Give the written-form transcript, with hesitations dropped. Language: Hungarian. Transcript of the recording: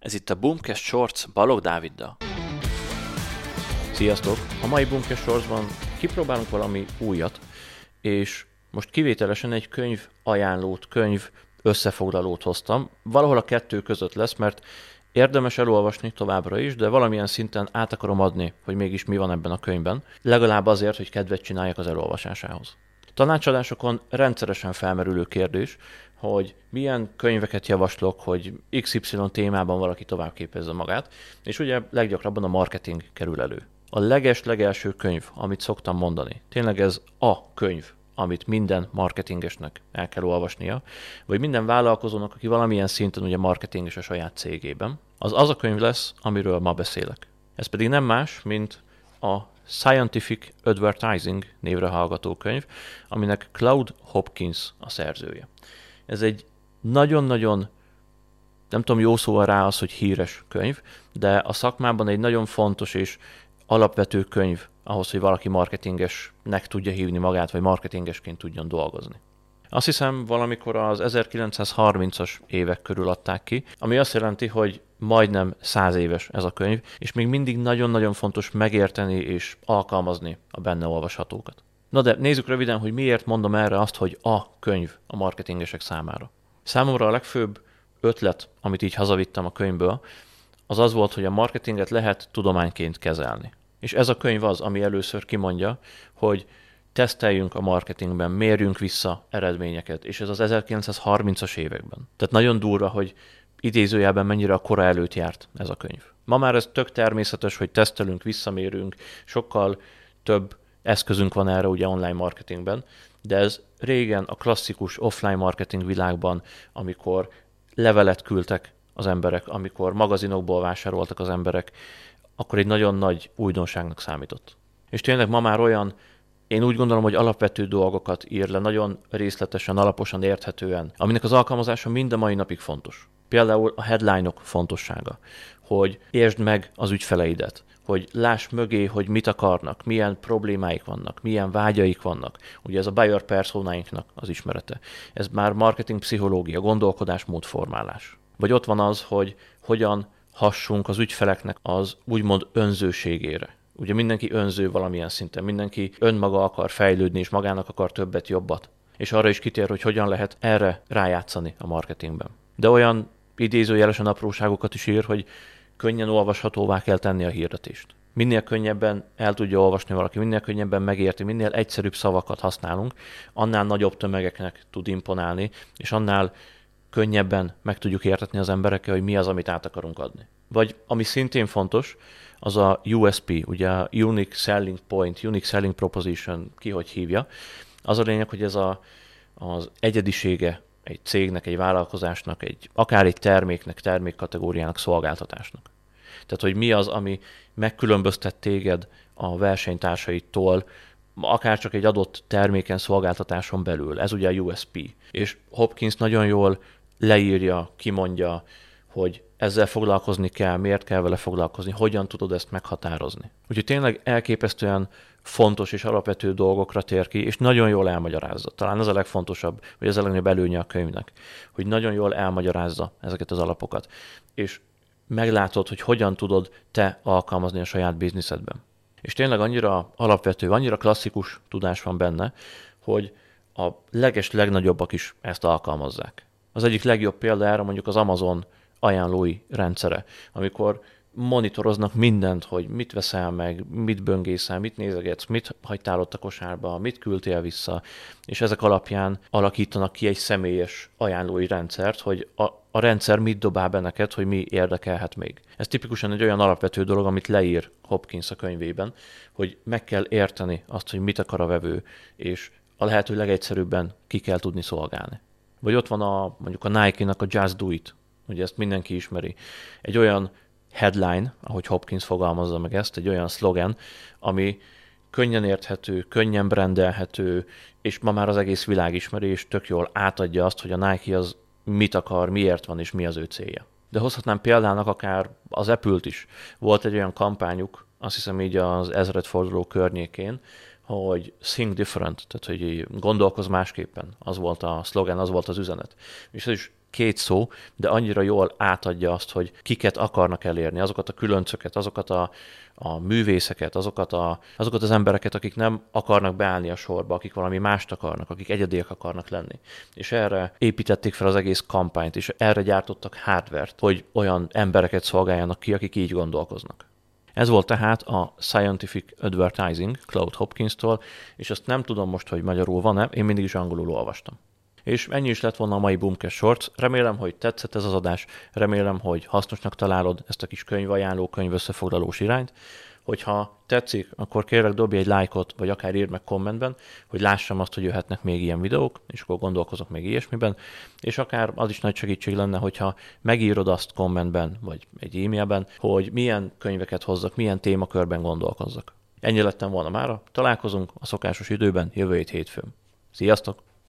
Ez itt a Boomcast Shorts Balogh Dáviddal. Sziasztok! A mai Boomcast Shortsban kipróbálunk valami újat, és most kivételesen egy könyv ajánlót, könyv összefoglalót hoztam. Valahol a kettő között lesz, mert érdemes elolvasni továbbra is, de valamilyen szinten át akarom adni, hogy mégis mi van ebben a könyvben. Legalább azért, hogy kedvet csináljak az elolvasásához. Tanácsadásokon rendszeresen felmerülő kérdés, hogy milyen könyveket javaslok, hogy XY témában valaki tovább képezze magát, és ugye leggyakrabban a marketing kerül elő. A legelső könyv, amit szoktam mondani, tényleg ez a könyv, amit minden marketingesnek el kell olvasnia, vagy minden vállalkozónak, aki valamilyen szinten ugye marketinges a saját cégében, az a könyv lesz, amiről ma beszélek. Ez pedig nem más, mint a Scientific Advertising névre hallgató könyv, aminek Claude Hopkins a szerzője. Ez egy nagyon-nagyon, nem tudom jó szóval rá az, hogy híres könyv, de a szakmában egy nagyon fontos és alapvető könyv ahhoz, hogy valaki marketingesnek tudja hívni magát, vagy marketingesként tudjon dolgozni. Azt hiszem, valamikor az 1930-as évek körül adták ki, ami azt jelenti, hogy majdnem 100 éves ez a könyv, és még mindig nagyon-nagyon fontos megérteni és alkalmazni a benne olvashatókat. Na de nézzük röviden, hogy miért mondom erre azt, hogy a könyv a marketingesek számára. Számomra a legfőbb ötlet, amit így hazavittem a könyvből, az volt, hogy a marketinget lehet tudományként kezelni. És ez a könyv az, ami először kimondja, hogy teszteljünk a marketingben, mérjünk vissza eredményeket, és ez az 1930-as években. Tehát nagyon durva, hogy idézőjelben mennyire a kora előtt járt ez a könyv. Ma már ez tök természetes, hogy tesztelünk, visszamérünk, sokkal több eszközünk van erre ugye online marketingben, de ez régen a klasszikus offline marketing világban, amikor levelet küldtek az emberek, amikor magazinokból vásároltak az emberek, akkor egy nagyon nagy újdonságnak számított. És tényleg ma már olyan, én úgy gondolom, hogy alapvető dolgokat ír le, nagyon részletesen, alaposan, érthetően, aminek az alkalmazása mind a mai napig fontos. Például a headline-ok fontossága, hogy értsd meg az ügyfeleidet, hogy láss mögé, hogy mit akarnak, milyen problémáik vannak, milyen vágyaik vannak. Ugye ez a buyer personáinknak az ismerete. Ez már marketing pszichológia, gondolkodásmódformálás. Vagy ott van az, hogy hogyan hassunk az ügyfeleknek az úgymond önzőségére. Ugye mindenki önző valamilyen szinten, mindenki önmaga akar fejlődni, és magának akar többet, jobbat. És arra is kitér, hogy hogyan lehet erre rájátszani a marketingben. De olyan idézőjelesen apróságokat is ír, hogy könnyen olvashatóvá kell tenni a hirdetést. Minél könnyebben el tudja olvasni valaki, minél könnyebben megérti, minél egyszerűbb szavakat használunk, annál nagyobb tömegeknek tud imponálni, és annál könnyebben meg tudjuk értetni az emberekkel, hogy mi az, amit át akarunk adni. Vagy ami szintén fontos, az a USP, ugye a Unique Selling Point, Unique Selling Proposition, ki hogy hívja. Az a lényeg, hogy ez az egyedisége egy cégnek, egy vállalkozásnak, akár egy terméknek, termékkategóriának, szolgáltatásnak. Tehát, hogy mi az, ami megkülönböztet téged a versenytársaitól, akár csak egy adott terméken, szolgáltatáson belül. Ez ugye a USP. És Hopkins nagyon jól leírja, kimondja, hogy ezzel foglalkozni kell, miért kell vele foglalkozni, hogyan tudod ezt meghatározni. Úgyhogy tényleg elképesztően fontos és alapvető dolgokra tér ki, és nagyon jól elmagyarázza. Talán ez a legfontosabb, vagy ez a legnagyobb előnye a könyvnek, hogy nagyon jól elmagyarázza ezeket az alapokat, és meglátod, hogy hogyan tudod te alkalmazni a saját bizniszedben. És tényleg annyira alapvető, annyira klasszikus tudás van benne, hogy a legnagyobbak is ezt alkalmazzák. Az egyik legjobb példa erre mondjuk az Amazon ajánlói rendszere, amikor monitoroznak mindent, hogy mit veszel meg, mit böngészel, mit nézegetsz, mit hagytál ott a kosárba, mit küldtél vissza, és ezek alapján alakítanak ki egy személyes ajánlói rendszert, hogy a rendszer mit dobál be neked, hogy mi érdekelhet még. Ez tipikusan egy olyan alapvető dolog, amit leír Hopkins a könyvében, hogy meg kell érteni azt, hogy mit akar a vevő, és a lehető legegyszerűbben ki kell tudni szolgálni. Vagy ott van mondjuk a Nike-nak a Just Do It, ugye ezt mindenki ismeri. Egy olyan headline, ahogy Hopkins fogalmazza meg ezt, egy olyan szlogen, ami könnyen érthető, könnyen brandelhető, és ma már az egész világ ismeri, és tök jól átadja azt, hogy a Nike az mit akar, miért van, és mi az ő célja. De hozhatnám példának akár az Apple-t is. Volt egy olyan kampányuk, azt hiszem így az ezredforduló környékén, hogy think different, tehát hogy gondolkozz másképpen. Az volt a szlogen, az volt az üzenet. És ez is két szó, de annyira jól átadja azt, hogy kiket akarnak elérni, azokat a különcöket, azokat a művészeket, azokat az embereket, akik nem akarnak beállni a sorba, akik valami mást akarnak, akik egyediek akarnak lenni. És erre építették fel az egész kampányt, és erre gyártottak hardvert, hogy olyan embereket szolgáljanak ki, akik így gondolkoznak. Ez volt tehát a Scientific Advertising Claude Hopkins-tól, és azt nem tudom most, hogy magyarul van-e, én mindig is angolul olvastam. És ennyi is lett volna a mai Boomcast Shorts. Remélem, hogy tetszett ez az adás, remélem, hogy hasznosnak találod ezt a kis könyvajánló, könyvösszefoglalós irányt. Hogyha tetszik, akkor kérlek dobj egy lájkot, vagy akár írd meg kommentben, hogy lássam azt, hogy jöhetnek még ilyen videók, és akkor gondolkozok még ilyesmiben, és akár az is nagy segítség lenne, hogyha megírod azt kommentben, vagy egy e-mailben, hogy milyen könyveket hozzak, milyen témakörben gondolkozzak. Ennyi lettem volna mára, találkozunk a szokásos időben jövő hét hétfőn. Sziasztok!